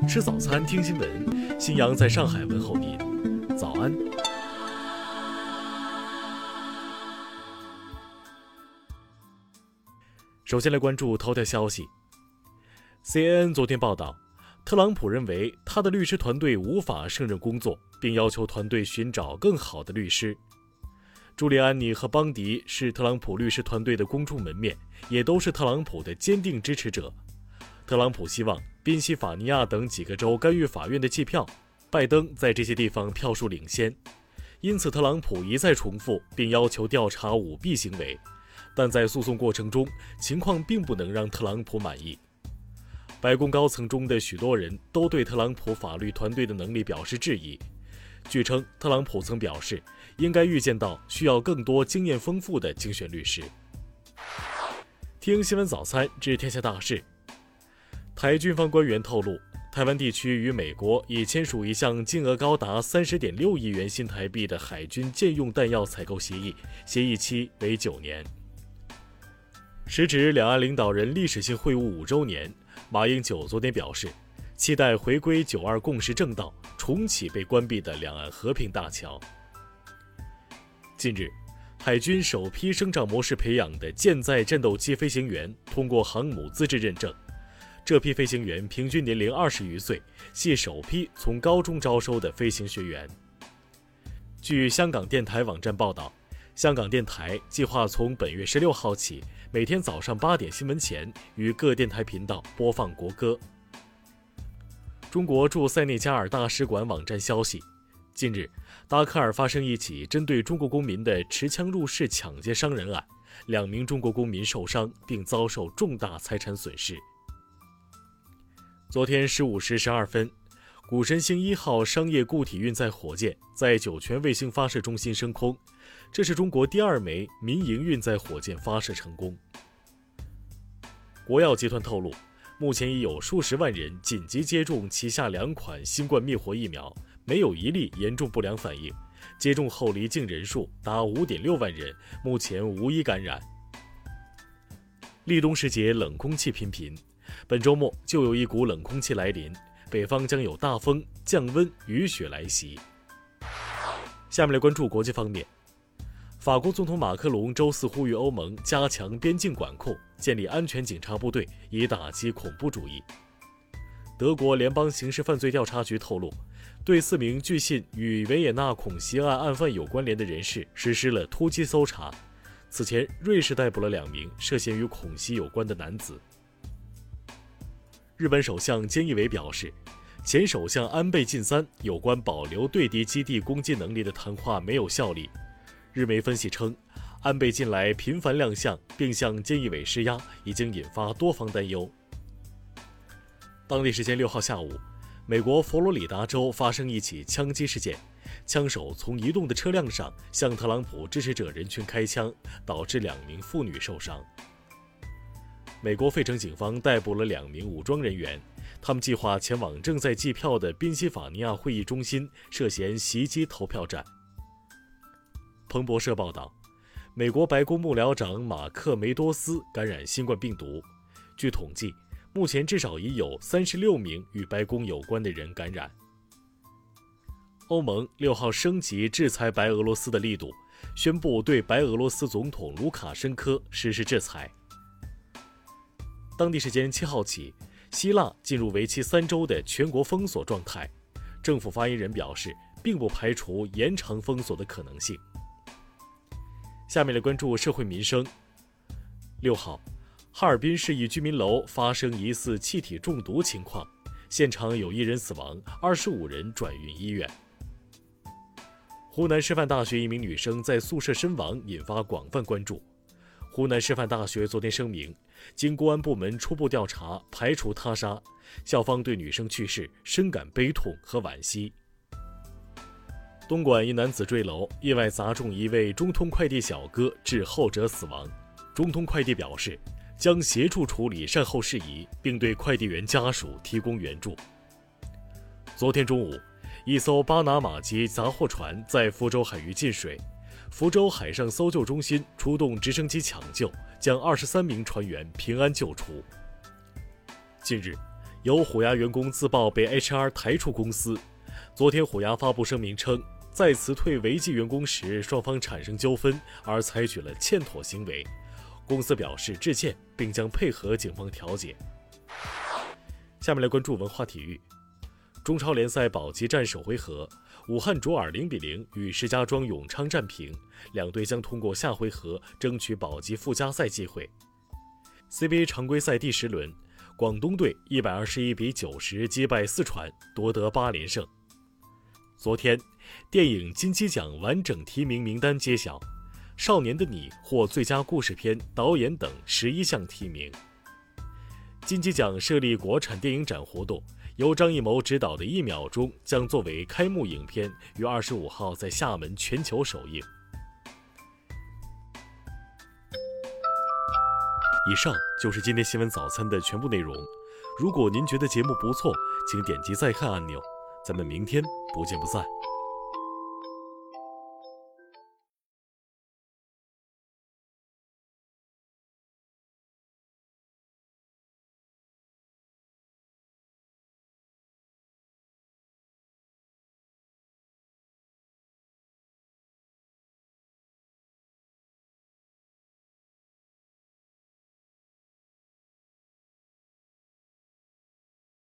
吃早餐，听新闻。新阳在上海问候您，早安。首先来关注头条消息。CNN 昨天报道，特朗普认为他的律师团队无法胜任工作，并要求团队寻找更好的律师。朱利安尼和邦迪是特朗普律师团队的公众门面，也都是特朗普的坚定支持者。特朗普希望宾夕法尼亚等几个州干预法院的计票，拜登在这些地方票数领先，因此特朗普一再重复并要求调查舞弊行为，但在诉讼过程中，情况并不能让特朗普满意。白宫高层中的许多人都对特朗普法律团队的能力表示质疑。据称，特朗普曾表示，应该预见到需要更多经验丰富的竞选律师。听新闻早餐知天下大事。台军方官员透露，台湾地区与美国已签署一项金额高达30.6亿元新台币的海军舰用弹药采购协议，协议期为9年。时值两岸领导人历史性会晤5周年，马英九昨天表示，期待回归9·2共识正道，重启被关闭的两岸和平大桥。近日，海军首批生长模式培养的舰载战斗机飞行员通过航母资质认证。这批飞行员平均年龄20余岁，系首批从高中招收的飞行学员。据香港电台网站报道，香港电台计划从本月16号起，每天早上8点新闻前于各电台频道播放国歌。中国驻塞内加尔大使馆网站消息，近日，达喀尔发生一起针对中国公民的持枪入室抢劫伤人案，2名中国公民受伤并遭受重大财产损失。昨天15时12分，谷神星1号商业固体运载火箭在酒泉卫星发射中心升空，这是中国第2枚民营运载火箭发射成功。国药集团透露，目前已有数十万人紧急接种旗下2款新冠灭活疫苗，没有一例严重不良反应，接种后离境人数达5.6万人，目前无一感染。立冬时节冷空气频频，本周末就有一股冷空气来临，北方将有大风、降温、雨雪来袭。下面来关注国际方面。法国总统马克龙周四呼吁欧盟加强边境管控，建立安全警察部队，以打击恐怖主义。德国联邦刑事犯罪调查局透露，对4名据信与维也纳恐袭案案犯有关联的人士实施了突击搜查。此前，瑞士逮捕了2名涉嫌与恐袭有关的男子。日本首相菅义伟表示，前首相安倍晋三有关保留对敌基地攻击能力的谈话没有效力。日媒分析称，安倍近来频繁亮相并向菅义伟施压，已经引发多方担忧。当地时间6号下午，美国佛罗里达州发生一起枪击事件，枪手从移动的车辆上向特朗普支持者人群开枪，导致2名妇女受伤。美国费城警方逮捕了2名武装人员，他们计划前往正在计票的宾夕法尼亚会议中心，涉嫌袭击投票站。彭博社报道，美国白宫幕僚长马克·梅多斯感染新冠病毒。据统计，目前至少已有36名与白宫有关的人感染。欧盟6号升级制裁白俄罗斯的力度，宣布对白俄罗斯总统卢卡申科实施制裁。当地时间7号起，希腊进入为期3周的全国封锁状态。政府发言人表示，并不排除延长封锁的可能性。下面来关注社会民生。6号，哈尔滨市一居民楼发生疑似气体中毒情况，现场有1人死亡，25人转运医院。湖南师范大学一名女生在宿舍身亡，引发广泛关注。湖南师范大学昨天声明，经公安部门初步调查，排除他杀，校方对女生去世深感悲痛和惋惜。东莞一男子坠楼，意外砸中一位中通快递小哥，致后者死亡。中通快递表示，将协助处理善后事宜，并对快递员家属提供援助。昨天中午，一艘巴拿马籍杂货船在福州海域进水，福州海上搜救中心出动直升机抢救，将23名船员平安救出。近日， 有虎牙员工自曝被 HR 抬出公司。昨天虎牙发布声明称，在辞退违纪员工时双方产生纠纷而采取了欠妥行为，公司表示致歉，并将配合警方调解。下面来关注文化体育。中超联赛保级战首回合，武汉卓尔0-0与石家庄永昌战平，两队将通过下回合争取保级附加赛机会。CBA 常规赛第10轮，广东队121-90击败四川，夺得8连胜。昨天，电影金鸡奖完整提名名单揭晓，《少年的你》获最佳故事片、导演等11项提名。金鸡奖设立国产电影展活动，由张艺谋执导的《1秒钟》将作为开幕影片，于25号在厦门全球首映。以上就是今天新闻早餐的全部内容。如果您觉得节目不错，请点击再看按钮。咱们明天不见不散。